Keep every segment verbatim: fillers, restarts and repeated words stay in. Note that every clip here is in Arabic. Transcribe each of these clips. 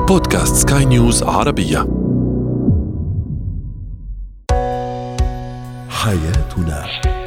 بودكاست سكاي نيوز عربية. حياتنا.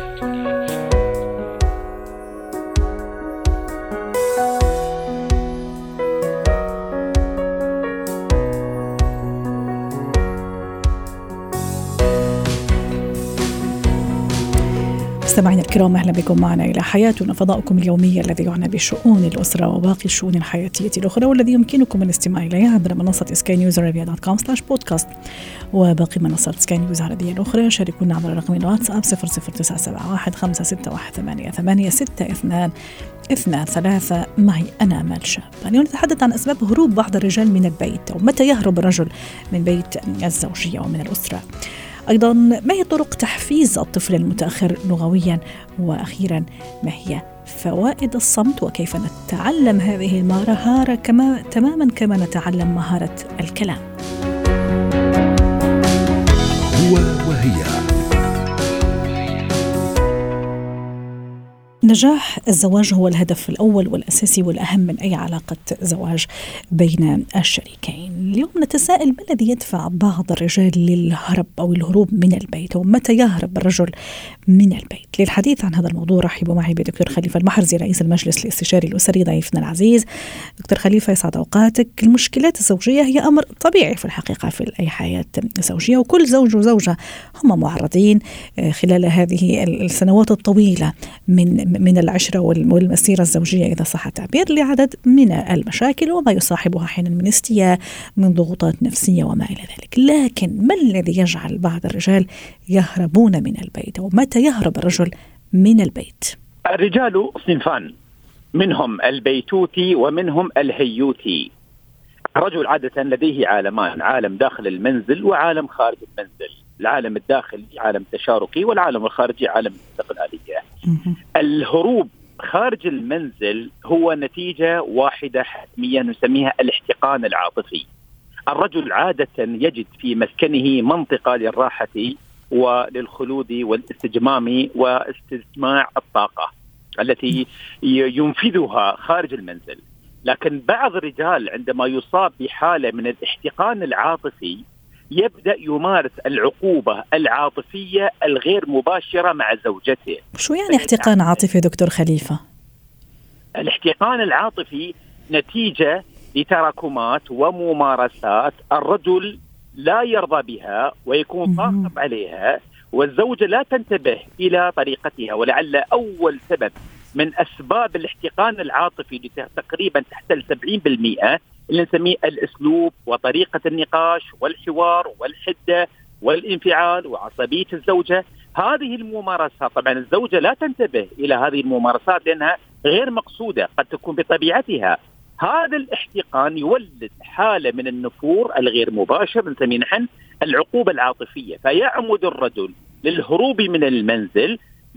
مستمعينا الكرام، أهلا بكم معنا إلى حياتنا، فضاؤكم اليومي الذي يعنى بشؤون الأسرة وباقي الشؤون الحياتية الأخرى، والذي يمكنكم الاستماع إليه عبر منصة سكاي نيوز عربية دوت كوم سلاش بودكاست وباقي منصات سكاي نيوز عربية الأخرى. شاركونا عبر رقم الواتساب صفر صفر تسعة سبعة واحد خمسة ستة واحد ثمانية ثمانية ستة اثنان اثنان ثلاثة. معي أنا آمال شاب. اليوم نتحدث عن أسباب هروب بعض الرجال من البيت، ومتى يهرب الرجل من بيت الزوجية ومن الأسرة. أيضا ما هي طرق تحفيز الطفل المتأخر لغويا، وأخيرا ما هي فوائد الصمت وكيف نتعلم هذه المهارة كما تماما كما نتعلم مهارة الكلام. هو وهي. نجاح الزواج هو الهدف الأول والأساسي والأهم من أي علاقة زواج بين الشريكين. اليوم نتساءل ما الذي يدفع بعض الرجال للهرب أو الهروب من البيت، ومتى يهرب الرجل من البيت؟ للحديث عن هذا الموضوع رحبوا معي بدكتور خليفة المحرزي، رئيس المجلس الاستشاري الأسري، ضيفنا العزيز. دكتور خليفة، يسعد أوقاتك. المشكلات الزوجية هي أمر طبيعي في الحقيقة في أي حياة زوجية، وكل زوج وزوجة هم معرضين خلال هذه السنوات الطويلة من من العشرة والمسيرة الزوجية إذا صح التعبير لعدد من المشاكل وما يصاحبها أحيانا من استياء، من ضغوطات نفسية وما إلى ذلك. لكن ما الذي يجعل بعض الرجال يهربون من البيت، ومتى يهرب الرجل من البيت؟ الرجال صنفان، منهم البيتوتي ومنهم الهيوتي. الرجل عادة لديه عالمان، عالم داخل المنزل وعالم خارج المنزل. العالم الداخلي عالم تشاركي، والعالم الخارجي عالم استقلالية. الهروب خارج المنزل هو نتيجة واحدة حتمية نسميها الاحتقان العاطفي. الرجل عادة يجد في مسكنه منطقة للراحة وللخلود والاستجمام واستجماع الطاقة التي ينفذها خارج المنزل. لكن بعض الرجال عندما يصاب بحالة من الاحتقان العاطفي يبدأ يمارس العقوبة العاطفية الغير مباشرة مع زوجته. شو يعني احتقان عاطفي دكتور خليفة؟ الاحتقان العاطفي نتيجة لتراكمات وممارسات الرجل لا يرضى بها ويكون طاقب عليها، والزوجة لا تنتبه إلى طريقتها. ولعل أول سبب من أسباب الاحتقان العاطفي تقريبا تحت السبعين بالمئة اللي نسميه الأسلوب وطريقة النقاش والحوار والحدة والانفعال وعصبية الزوجة. هذه الممارسات طبعا الزوجة لا تنتبه إلى هذه الممارسات لأنها غير مقصودة، قد تكون بطبيعتها. هذا الاحتقان يولد حالة من النفور الغير مباشر نسميه نحن العقوبة العاطفية، فيعمد الرجل للهروب من المنزل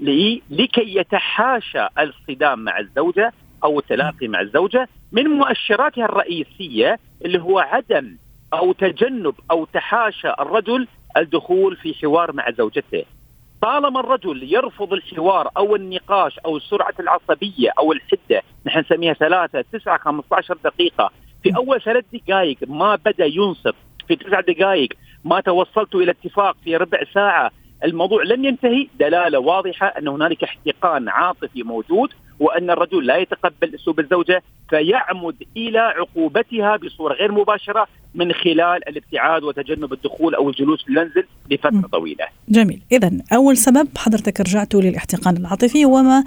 لكي يتحاشى الصدام مع الزوجة أو التلاقي مع الزوجة. من مؤشراتها الرئيسية اللي هو عدم أو تجنب أو تحاشى الرجل الدخول في حوار مع زوجته. طالما الرجل يرفض الحوار أو النقاش أو سرعة العصبية أو الحدة، نحن نسميها ثلاثة تسعة خمسة عشر دقيقة، في أول ثلاث دقائق ما بدأ ينصت، في تسع دقائق ما توصلت إلى اتفاق، في ربع ساعة الموضوع لم ينتهي، دلالة واضحة أن هنالك احتقان عاطفي موجود وأن الرجل لا يتقبل أسلوب الزوجة، فيعمد إلى عقوبتها بصورة غير مباشرة من خلال الابتعاد وتجنب الدخول أو الجلوس في المنزل لفترة طويلة. جميل. إذن أول سبب حضرتك رجعتوا للاحتقان العاطفي، وما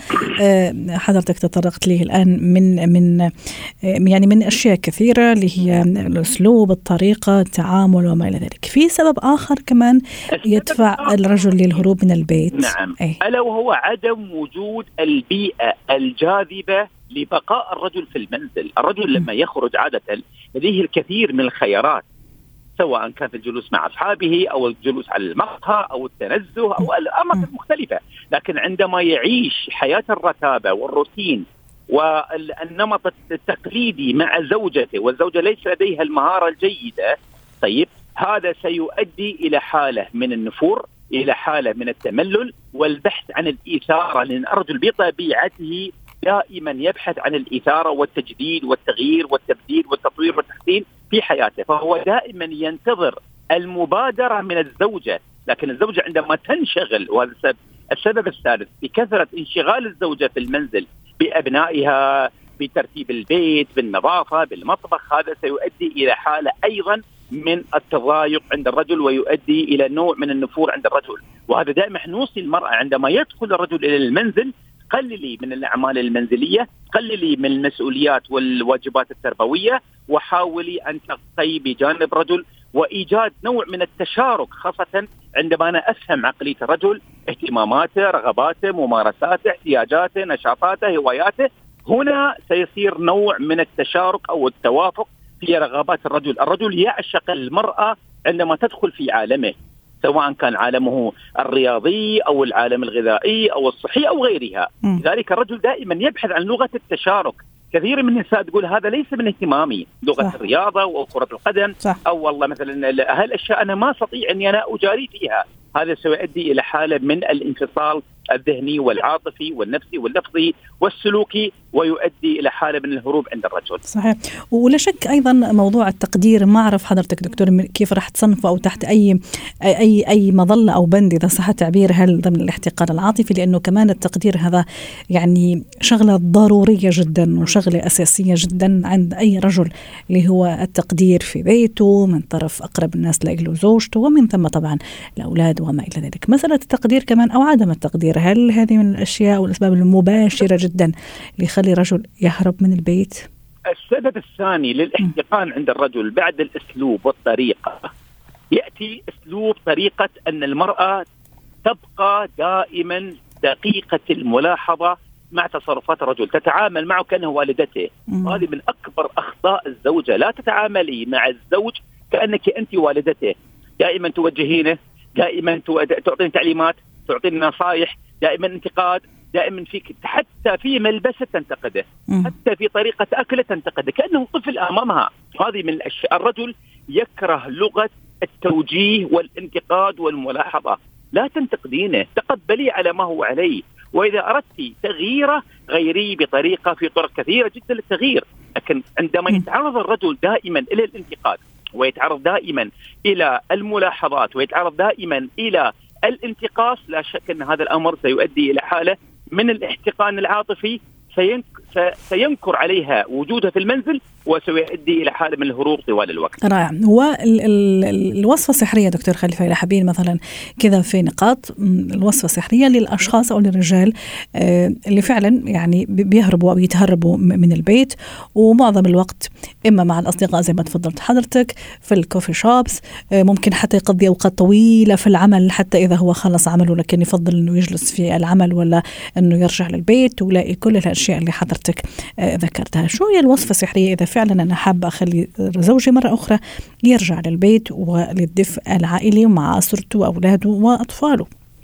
حضرتك تطرقت له الآن من من يعني من أشياء كثيرة اللي هي الأسلوب، الطريقة، التعامل وما إلى ذلك. في سبب آخر كمان يدفع الرجل للهروب من البيت. نعم، ألا وهو عدم وجود البيئة الجاذبة لبقاء الرجل في المنزل. الرجل لما يخرج عادة لديه الكثير من الخيارات، سواء كان في الجلوس مع أصحابه أو الجلوس على المقهى أو التنزه أو الأماكن المختلفة. لكن عندما يعيش حياة الرتابة والروتين والنمط التقليدي مع زوجته والزوجة ليس لديها المهارة الجيدة، طيب هذا سيؤدي إلى حالة من النفور، إلى حالة من التملل والبحث عن الإثارة، لأن الرجل بطبيعته دائما يبحث عن الإثارة والتجديد والتغيير والتبديل والتطوير والتحسين في حياته، فهو دائما ينتظر المبادرة من الزوجة. لكن الزوجة عندما تنشغل، وهذا السبب, السبب الثالث بكثرة انشغال الزوجة في المنزل بأبنائها، بترتيب البيت، بالنظافة، بالمطبخ، هذا سيؤدي إلى حالة أيضا من التضايق عند الرجل، ويؤدي إلى نوع من النفور عند الرجل. وهذا دائما نوصي المرأة عندما يدخل الرجل إلى المنزل: قللي من الأعمال المنزلية، قللي من المسؤوليات والواجبات التربوية، وحاولي أن تقي بجانب رجل، وإيجاد نوع من التشارك، خاصة عندما أنا أفهم عقلية الرجل، اهتماماته، رغباته، ممارساته، احتياجاته، نشاطاته، هواياته. هنا سيصير نوع من التشارك أو التوافق في رغبات الرجل. الرجل يعشق المرأة عندما تدخل في عالمه، سواء كان عالمه الرياضي أو العالم الغذائي أو الصحي أو غيرها. لذلك الرجل دائما يبحث عن لغة التشارك. كثير من النساء تقول هذا ليس من اهتمامي، لغة صح. الرياضة وكرة القدم صح. أو والله مثلا هالأشياء أنا ما أستطيع أني أنا أجاري فيها. هذا سيؤدي إلى حالة من الانفصال الذهني والعاطفي والنفسي واللفظي والسلوكي، ويؤدي إلى حالة من الهروب عند الرجل. صحيح. ولا شك أيضا موضوع التقدير، ما أعرف حضرتك دكتور كيف راح تصنفه أو تحت أي أي أي مظلة أو بند إذا صح التعبير، هل ضمن الاحتقان العاطفي؟ لأنه كمان التقدير هذا يعني شغلة ضرورية جدا وشغلة أساسية جدا عند أي رجل، اللي هو التقدير في بيته من طرف أقرب الناس له، زوجته، ومن ثم طبعا الأولاد وما إلى ذلك. مسألة التقدير كمان أو عدم التقدير، هل هذه من الأشياء والأسباب المباشرة جدا اللي يخلي رجل يهرب من البيت؟ السبب الثاني للاحتقان عند الرجل بعد الأسلوب والطريقة، يأتي أسلوب طريقة أن المرأة تبقى دائما دقيقة الملاحظة مع تصرفات الرجل، تتعامل معه كأنه والدته. وهذه من أكبر أخطاء الزوجة، لا تتعاملي مع الزوج كأنك أنت والدته، دائما توجهينه، دائما تعطين تعليمات، تعطين نصائح، دائما انتقاد، دائما فيك، حتى في ملبسه تنتقده، حتى في طريقة أكله تنتقده، كأنه طفل أمامها. هذه من الأشياء. الرجل يكره لغة التوجيه والانتقاد والملاحظة. لا تنتقدينه، تقبلي على ما هو عليه، وإذا أردت تغييره غيري بطريقة، في طرق كثيرة جدا للتغيير. لكن عندما يتعرض الرجل دائما إلى الانتقاد، ويتعرض دائما إلى الملاحظات، ويتعرض دائما إلى الانتقاص، لا شك أن هذا الأمر سيؤدي إلى حالة من الاحتقان العاطفي، سينكر عليها وجودها في المنزل، وسيؤدي إلى حالة من الهروب طوال الوقت. رائع. والوصفة السحرية دكتور خليفة إلى حبيل مثلا كذا في نقاط الوصفة السحرية للأشخاص أو للرجال اللي فعلا يعني بيهربوا أو يتهربوا من البيت، ومعظم الوقت إما مع الأصدقاء زي ما تفضلت حضرتك في الكوفي شوبس، ممكن حتى يقضي أوقات طويلة في العمل حتى إذا هو خلص عمله، لكن يفضل أنه يجلس في العمل ولا أنه يرجع للبيت ولاقي كل الأشياء اللي حضرتك ذكرتها. شو هي الوصفة السحرية إذا فعلا أنا حابة أخلي زوجي مرة أخرى يرجع للبيت وللدفء العائلي مع أسرته وأولاده وأطفاله؟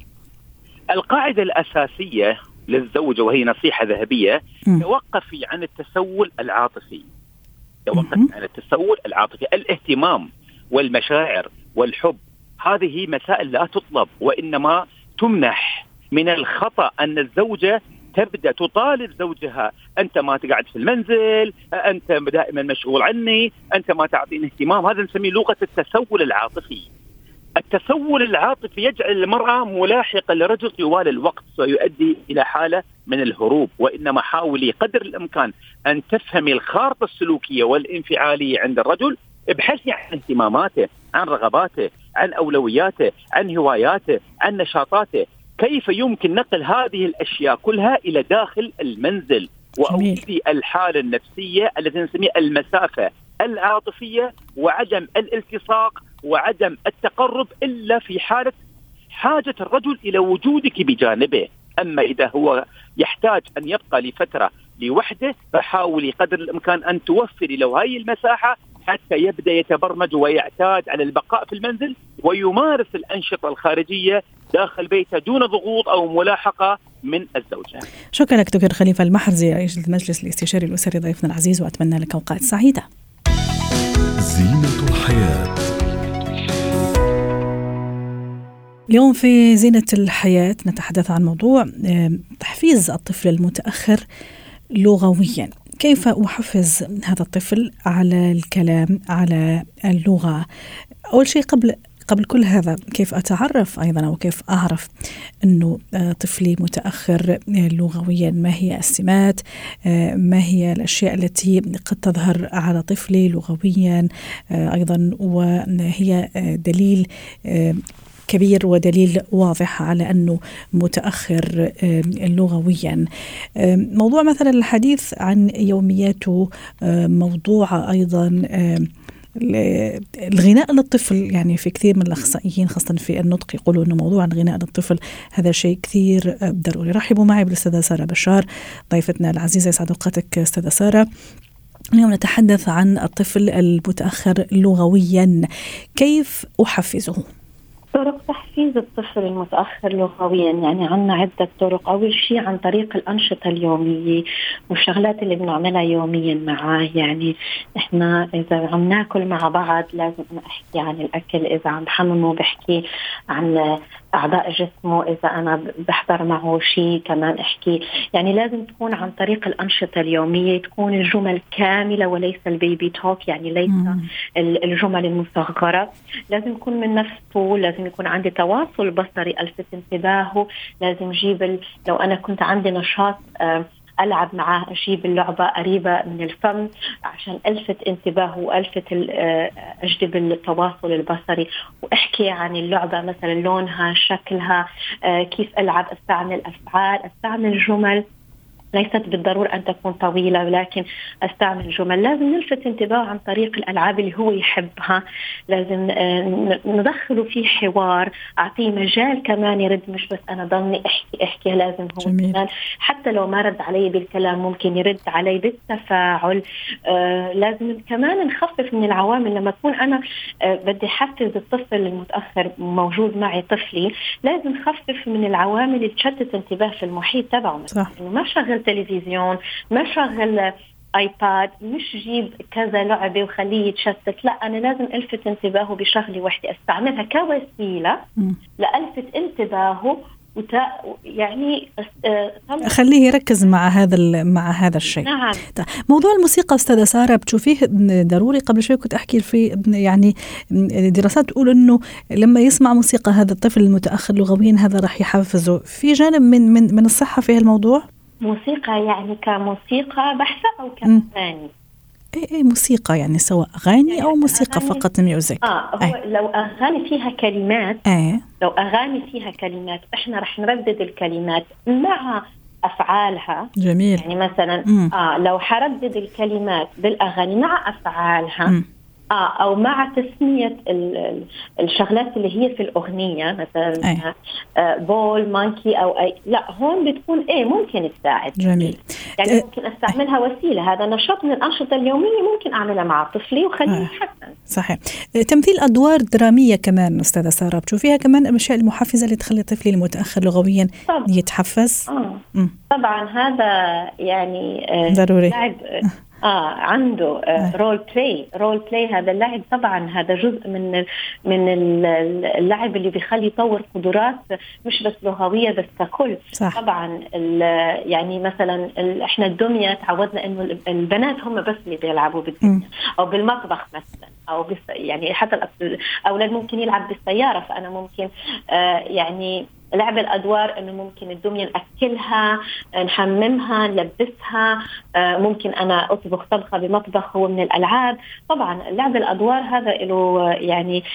القاعدة الأساسية للزوجة، وهي نصيحة ذهبية: توقفي عن التسول العاطفي. توقفي عن التسول العاطفي. الاهتمام والمشاعر والحب هذه مسائل لا تطلب، وإنما تمنح. من الخطأ أن الزوجة تبدأ تطالب زوجها: أنت ما تقعد في المنزل، أنت دائما مشغول عني، أنت ما تعطيني اهتمام. هذا نسميه لغة التسول العاطفي. التسول العاطفي يجعل المرأة ملاحقة لرجل طوال الوقت، ويؤدي إلى حالة من الهروب. وإنما حاولي قدر الإمكان أن تفهمي الخارطة السلوكية والانفعالية عند الرجل. ابحثي عن اهتماماته، عن رغباته، عن أولوياته، عن هواياته، عن نشاطاته. كيف يمكن نقل هذه الأشياء كلها إلى داخل المنزل، وأوجدي الحالة النفسية التي نسميها المسافة العاطفية، وعدم الالتصاق وعدم التقرب إلا في حالة حاجة الرجل إلى وجودك بجانبه. أما إذا هو يحتاج أن يبقى لفترة لوحده، فحاولي قدر الإمكان أن توفري له هاي المساحة حتى يبدأ يتبرمج ويعتاد على البقاء في المنزل، ويمارس الأنشطة الخارجية داخل بيته دون ضغوط أو ملاحقة من الزوجة. شكرا لك دكتور خليفة المحرزي، رئيس المجلس الاستشاري الأسري، ضيفنا العزيز، وأتمنى لك أوقات سعيدة. زينة الحياة. اليوم في زينة الحياة نتحدث عن موضوع تحفيز الطفل المتأخر لغويا. كيف أحفز هذا الطفل على الكلام، على اللغة؟ أول شيء قبل قبل كل هذا، كيف أتعرف أيضا أو كيف أعرف أنه طفلي متأخر لغويا؟ ما هي السمات؟ ما هي الأشياء التي قد تظهر على طفلي لغويا أيضا وهي دليل كبير ودليل واضح على أنه متأخر لغويا؟ موضوع مثلا الحديث عن يومياته، موضوع أيضا الغناء للطفل. يعني في كثير من الأخصائيين خاصة في النطق يقولوا أنه موضوع الغناء للطفل هذا شيء كثير ضروري. رحبوا معي بالأستاذة سارة بشار ضيفتنا العزيزة. يسعد أوقاتك أستاذة سارة. اليوم نتحدث عن الطفل المتأخر لغويا، كيف أحفزه؟ طرق تحفيز الطفل المتأخر لغويا يعني عنا عدة طرق. أول شيء عن طريق الأنشطة اليومية والشغلات اللي بنعملها يوميا معاه. يعني إحنا إذا عم ناكل مع بعض لازم أنا أحكي عن الأكل، إذا عم بحممه بحكي عن أعضاء جسمه، إذا أنا بحضر معه شيء كمان أحكي. يعني لازم تكون عن طريق الأنشطة اليومية، تكون الجمل كاملة وليس البيبي توك، يعني ليس الجمل المصغرة. لازم يكون من نفسه، لازم يكون عندي تواصل بصري ألفت انتباهه. لازم جيب لو أنا كنت عندي نشاط ألعب معاه، أجيب اللعبة قريبة من الفم عشان ألفت انتباهه وألفت أجذب التواصل البصري، وأحكي عن اللعبة مثلا لونها، شكلها، كيف ألعب، أستعمل أفعال، أستعمل جمل ليست بالضرورة أن تكون طويلة ولكن أستعمل جمل. لازم نلفت انتباهه عن طريق الألعاب اللي هو يحبها. لازم ندخله في حوار، أعطيه مجال كمان يرد، مش بس أنا ضلني أحكي أحكي لازم هو كمان حتى لو ما رد علي بالكلام ممكن يرد علي بالتفاعل. آه لازم كمان نخفف من العوامل. لما أكون أنا آه بدي حفز الطفل المتأخر موجود معي طفلي، لازم خفف من العوامل اللي تشتت انتباه في المحيط تبعه. إنه ما شغل تلفزيون، ما شغل ايباد، مش جيب كذا لعبة وخليه يتشتت. لا، أنا لازم ألفت انتباهه بشغلة واحدة، استعملها كوسيلة لألفت انتباهه وتا يعني خليه يركز مع هذا مع هذا الشيء. نعم. موضوع الموسيقى أستاذة سارة بتشوفيه ضروري؟ قبل شوي كنت أحكي في يعني دراسات تقول إنه لما يسمع موسيقى هذا الطفل المتأخر لغويا هذا راح يحفزه. في جانب من من من الصحة في هالموضوع؟ موسيقى يعني كموسيقى بحثة أو كأغاني؟ ايه ايه موسيقى يعني سواء أغاني أو موسيقى أغاني فقط ميوزك. آه هو أي. لو أغاني فيها كلمات ايه. لو أغاني فيها كلمات إحنا رح نردد الكلمات مع أفعالها. جميل. يعني مثلا آه لو حردد الكلمات بالأغاني مع أفعالها م. آه أو مع تسمية الشغلات اللي هي في الأغنية مثلا آه بول مانكي أو أي، لا هون بتكون إيه ممكن تساعد. جميل. يعني ممكن أستعملها وسيلة. هذا نشاط من الأنشطة اليومية ممكن أعملها مع طفلي وخليه يتحسن. آه. صحيح. تمثيل أدوار درامية كمان أستاذة سارة بتشوفيها كمان الأشياء المحفزة اللي تخلي طفلي المتأخر لغويا طبعا يتحفز؟ آه. طبعا هذا يعني آه ضروري. لعب آه عنده آه رول بلاي رول بلاي هذا اللعب طبعا هذا جزء من من اللعب اللي بيخلي يطور قدرات مش بس لغوية بس ككل. صح. طبعا يعني مثلا احنا الدمية تعودنا انه البنات هم بس اللي بيلعبوا بالدمية او بالمطبخ مثلا او يعني حتى الاولاد ممكن يلعب بالسيارة. فانا ممكن آه يعني لعب الأدوار إنه ممكن الدمية نأكلها، نحممها، نلبسها، ممكن أنا أطبخ طبخة بمطبخ هو من الألعاب. طبعا لعب الأدوار هذا له يعني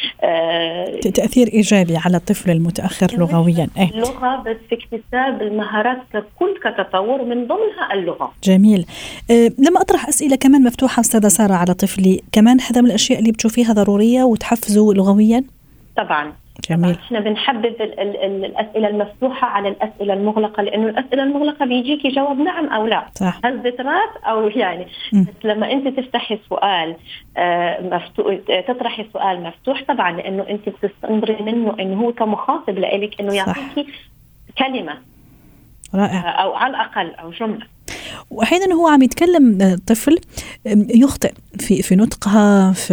تأثير إيجابي على الطفل المتأخر لغويا. أيه. اللغة بس في اكتساب المهارات ككل كتطور من ضمنها اللغة. جميل. أه لما أطرح أسئلة كمان مفتوحة أستاذة سارة على طفلي كمان هذا من الأشياء اللي بتشوفيها ضرورية وتحفزه لغويا؟ طبعا. جميل. احنا بنحبب ال ال ال الأسئلة المفتوحة على الأسئلة المغلقة لأنه الأسئلة المغلقة بيجيك جواب نعم أو لا. صح. هالذكرات أو يعني م. بس لما أنت تفتحي سؤال آه مفتوح تطرحي سؤال مفتوح طبعا لأنه أنت بتستنظري منه إنه هو كمخاطب لإلك إنه يعطيكي كلمة. رائع. أو على الأقل أو جملة. وأحيانا هو عم يتكلم طفل يخطئ في في نطقها في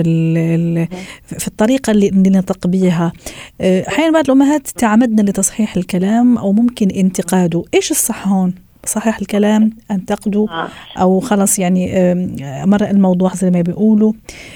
في الطريقة اللي ننطق بها. أحيانا بعض الأمهات تعمدنا لتصحيح الكلام أو ممكن انتقاده. إيش الصح هون صحيح الكلام، أنتقدوا أو خلص يعني مرق الموضوع زي ما بيقولوا؟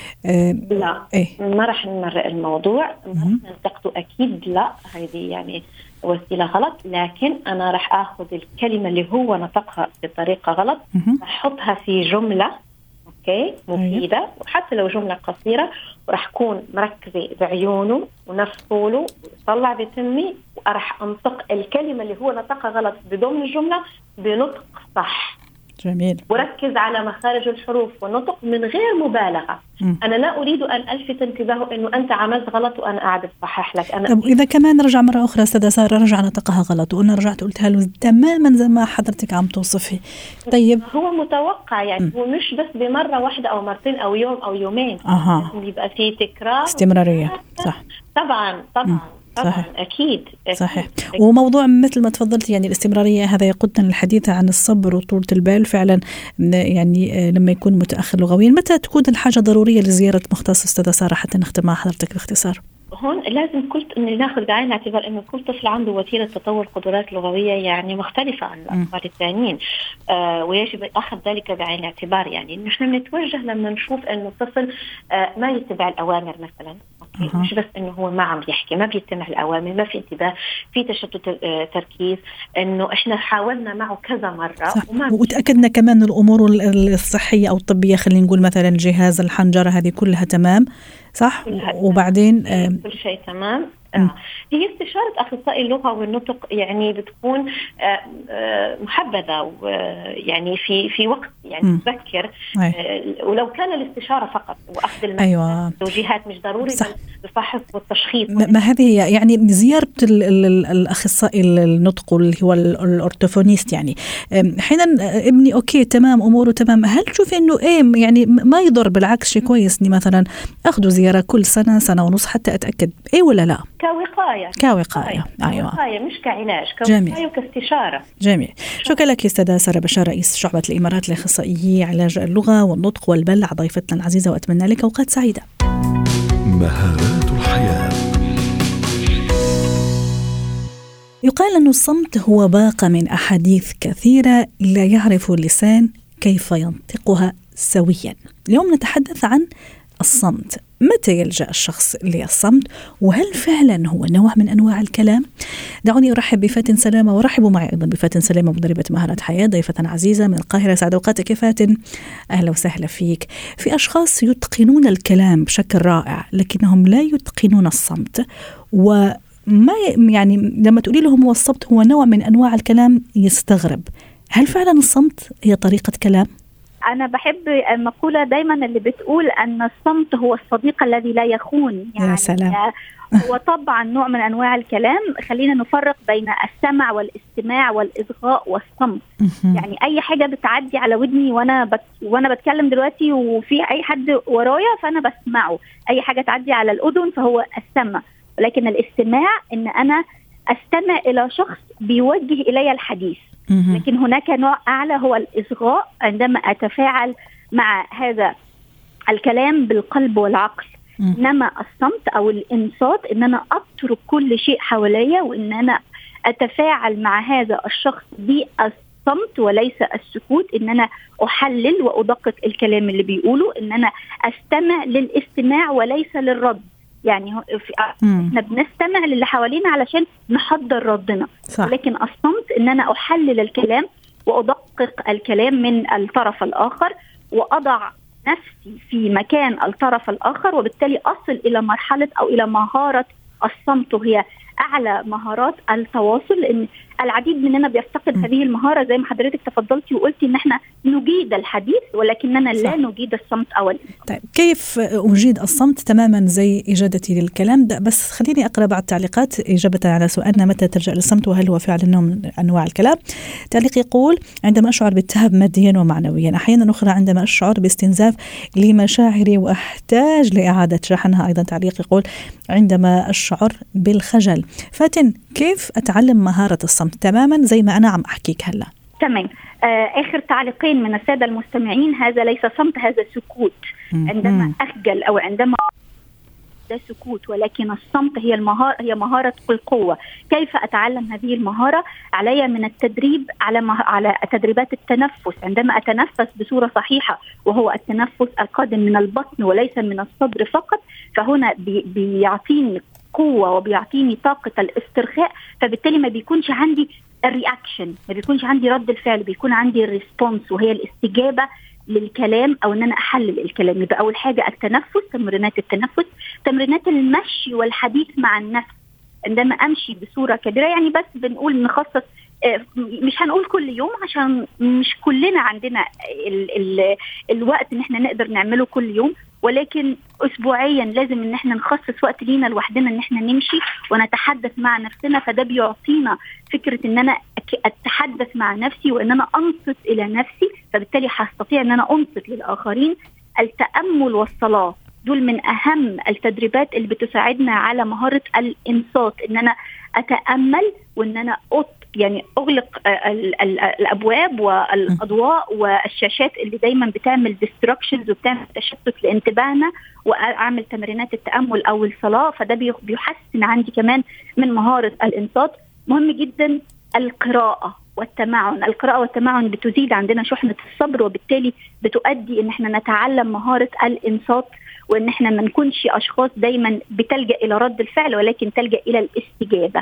لا إيه؟ ما رح نمرق الموضوع، ما رح ننتقده أكيد، لا هذه يعني وسيلة غلط. لكن أنا رح أخذ الكلمة اللي هو نطقها بطريقة غلط، رح أحطها في جملة أوكي مفيدة، أيوة. وحتى لو جملة قصيرة، ورح أكون مركزة بعيونه ونفسه وطلع بتمي، ورح أنطق الكلمة اللي هو نطقها غلط بضمن الجملة بنطق صح. جميل. وركز على مخارج الحروف والنطق من غير مبالغة. م. أنا لا أريد أن ألفت انتباهه أنه أنت عملت غلط وأنا قاعد أصحح لك. أنا طب إذا كمان رجع مرة أخرى أستاذة سارة رجع نطقها غلط وأنا رجعت قلتها له تماما زي ما حضرتك عم توصفي، طيب هو متوقع يعني م. هو مش بس بمرة واحدة أو مرتين أو يوم أو يومين، أها. يبقى فيه تكرار استمرارية. صح طبعا طبعا م. صحيح. أكيد. أكيد صحيح. وموضوع مثل ما تفضلت يعني الاستمرارية هذا يقودنا للحديث عن الصبر وطولة البال فعلا. يعني لما يكون متأخر لغويا متى تكون الحاجة ضرورية لزيارة مختص أستاذة سارة حتى نختم مع حضرتك باختصار؟ هون لازم كل إن ناخذ بعين الاعتبار إنه كل طفل عنده وتيرة تطور قدرات لغوية يعني مختلفة عن الأطفال الثانيين، آه ويجب أخذ ذلك بعين الاعتبار. يعني نحن نتوجه لما نشوف إنه الطفل آه ما يتبع الأوامر مثلا، أوكي. مش بس إنه هو ما عم يحكي، ما بيتبع الأوامر، ما في انتباه، في تشتت آه تركيز، إنه إحنا حاولنا معه كذا مرة وتأكدنا كمان الأمور الصحية أو الطبية، خلينا نقول مثلا جهاز الحنجرة هذه كلها تمام صح، وبعدين آه كل شيء تمام. آه. هي استشارة أخصائي اللغة والنطق يعني بتكون آه آه محبذة، ويعني في في وقت يعني مبكر، آه ولو كان الاستشارة فقط وأخذ التوجيهات أيوة. مش ضروري الفحص والتشخيص. ما هذه هي يعني زيارة الأخصائي النطق اللي هو الأورتوفونيست. يعني حين ابني أوكي تمام أموره تمام، هل تشوفي إنه إيه يعني ما يضر، بالعكس شيء كويس إني مثلا أخذ زيارة كل سنة سنة ونص حتى أتأكد إيه ولا لا؟ كوقاية كوقاية أيوة. كوقاية مش كعلاج، كوقاية وكاستشارة. جميل. شكرا لك أستاذة سارة بشار، رئيس شعبة الإمارات لأخصائيي علاج اللغة والنطق والبلع، ضيفتنا العزيزة، وأتمنى لك أوقات سعيدة. مهارات الحياة. يقال أن الصمت هو باقة من أحاديث كثيرة لا يعرف اللسان كيف ينطقها سويا. اليوم نتحدث عن الصمت. متى يلجأ الشخص للصمت؟ وهل فعلا هو نوع من أنواع الكلام؟ دعوني أرحب بفاتن سلامة، ورحبوا معي أيضا بفاتن سلامة مدربة مهارات حياة، ضيفة عزيزة من القاهرة. سعد أوقاتك فاتن، أهلا وسهلا فيك. في أشخاص يتقنون الكلام بشكل رائع لكنهم لا يتقنون الصمت، وما يعني لما تقولي لهم هو الصمت هو نوع من أنواع الكلام يستغرب. هل فعلا الصمت هي طريقة كلام؟ أنا بحب المقولة دايما اللي بتقول أن الصمت هو الصديق الذي لا يخون. يعني يا سلام. هو طبعا نوع من أنواع الكلام. خلينا نفرق بين السمع والاستماع والإصغاء والصمت. يعني أي حاجة بتعدي على ودني وأنا بت... وأنا بتكلم دلوقتي وفي أي حد ورايا فأنا بسمعه. أي حاجة تعدي على الأذن فهو السمع. ولكن الاستماع إن أنا أستمع إلى شخص بيوجه إلي الحديث. لكن هناك نوع أعلى هو الإصغاء، عندما أتفاعل مع هذا الكلام بالقلب والعقل. إنما الصمت أو الإنصات إن أنا أترك كل شيء حواليا وإن أنا أتفاعل مع هذا الشخص بالصمت وليس السكوت. إن أنا أحلل وأدقق الكلام اللي بيقوله، إن أنا أستمع للاستماع وليس للرد. يعني احنا بنستمع للي حوالينا علشان نحضر ردنا، لكن الصمت ان انا احلل الكلام وادقق الكلام من الطرف الاخر واضع نفسي في مكان الطرف الاخر، وبالتالي اصل الى مرحلة او الى مهارة الصمت، وهي اعلى مهارات التواصل. لان العديد مننا بيفتقد م. هذه المهارة زي ما حضرتك تفضلتي وقلتي ان احنا نجيد الحديث ولكننا لا نجيد الصمت او الانصات. طيب كيف أجيد الصمت؟ تماما زي إجادتي للكلام ده، بس خليني أقرأ بعض التعليقات إجابة على سؤالنا متى تلجأ للصمت وهل هو فعلا نوع من أنواع الكلام. تعليق يقول عندما أشعر بالتعب ماديا ومعنويا، أحيانا أخرى عندما أشعر باستنزاف لمشاعري وأحتاج لإعادة شحنها. أيضا تعليق يقول عندما أشعر بالخجل. فاتن، كيف أتعلم مهارة الصمت؟ تماما زي ما أنا عم أحكيك هلا. تمام. آه آخر تعليقين من السادة المستمعين، هذا ليس صمت، هذا سكوت. عندما أخجل أو عندما ده سكوت، ولكن الصمت هي المهارة، هي مهارة القوة. كيف أتعلم هذه المهارة؟ علي من التدريب على مه... على تدريبات التنفس. عندما أتنفس بصورة صحيحة، وهو التنفس القادم من البطن وليس من الصدر فقط، فهنا بي... بيعطيني قوة وبيعطيني طاقة الاسترخاء، فبالتالي ما بيكونش عندي الرياكشن، ما بيكونش عندي رد الفعل، بيكون عندي الريسبونس وهي الاستجابة للكلام أو أن أنا أحلل الكلام. يبقى أول حاجة التنفس، تمرينات التنفس، تمرينات المشي والحديث مع النفس. عندما أمشي بصورة كبيرة، يعني بس بنقول نخصص، مش هنقول كل يوم عشان مش كلنا عندنا ال ال الوقت ان احنا نقدر نعمله كل يوم، ولكن اسبوعيا لازم ان احنا نخصص وقت لينا لوحدنا ان احنا نمشي ونتحدث مع نفسنا. فده بيعطينا فكرة ان انا اتحدث مع نفسي وان انا انصت الى نفسي، فبالتالي هستطيع ان انا انصت للاخرين. التأمل والصلاة دول من اهم التدريبات اللي بتساعدنا على مهارة الانصات، ان انا اتأمل وان انا أط يعني أغلق ال ال الأبواب والأضواء والشاشات اللي دايما بتعمل distractions وبتعمل تشتت لانتباهنا، وأعمل تمرينات التأمل أو الصلاة. فده بيحسن عندي كمان من مهارة الإنصات. مهم جدا القراءة والتمعن. القراءة والتمعن بتزيد عندنا شحنة الصبر، وبالتالي بتؤدي إن احنا نتعلم مهارة الإنصات، وإن احنا ما نكونش أشخاص دايما بتلجأ إلى رد الفعل، ولكن تلجأ إلى الاستجابة.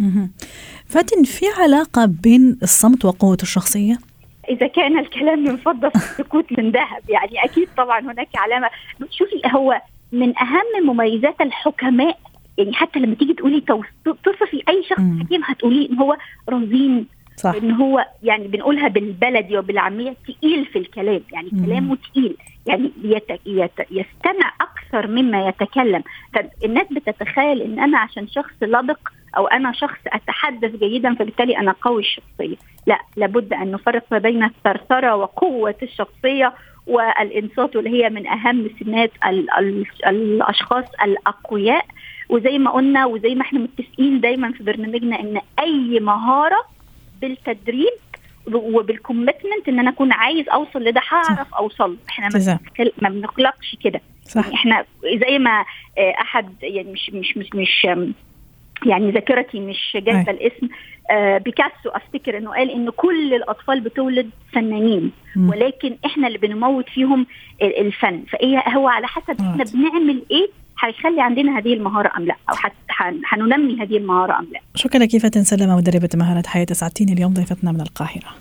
فاتن، في علاقة بين الصمت وقوة الشخصية؟ إذا كان الكلام من فضة السكوت من ذهب، يعني أكيد طبعا هناك علامة. شوفي، هو من أهم مميزات الحكماء، يعني حتى لما تيجي تقولي توصفي أي شخص حكيم هتقولي إن هو رزين، صح. إن هو يعني بنقولها بالبلدي وبالعامية تقيل في الكلام، يعني مم. كلامه تقيل، يعني يت... يت... يستمع أكثر مما يتكلم. فالناس بتتخيل إن أنا عشان شخص لبق أو أنا شخص أتحدث جيدا فبالتالي أنا قوي الشخصية. لا، لابد أن نفرق ما بين الثرثرة وقوة الشخصية والإنصات، اللي هي من أهم سمات ال... ال... الأشخاص الأقوياء. وزي ما قلنا وزي ما احنا متفقين دايما في برنامجنا إن أي مهارة بالتدريب وبالكوميتمنت ان انا اكون عايز اوصل لده هعرف اوصل. احنا ما بنخلقش كده، يعني احنا زي ما احد يعني مش مش مش, مش يعني ذاكرتي مش جايبه الاسم، آه بيكاسو افتكر انه قال ان كل الاطفال بتولد فنانين، م. ولكن احنا اللي بنموت فيهم الفن. فايه هو على حسب احنا بنعمل ايه هيخلي عندنا هذه المهارة أم لا، أو حننمي هذه المهارة أم لا. شكرا لك فاتن سلامة، مدربة مهارات حياة. ساعتين اليوم ضيفتنا من القاهرة.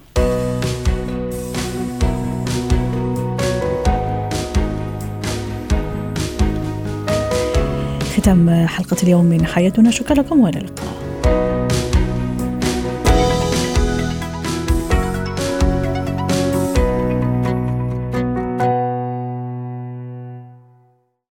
ختام حلقة اليوم من حياتنا، شكرا لكم والى اللقاء.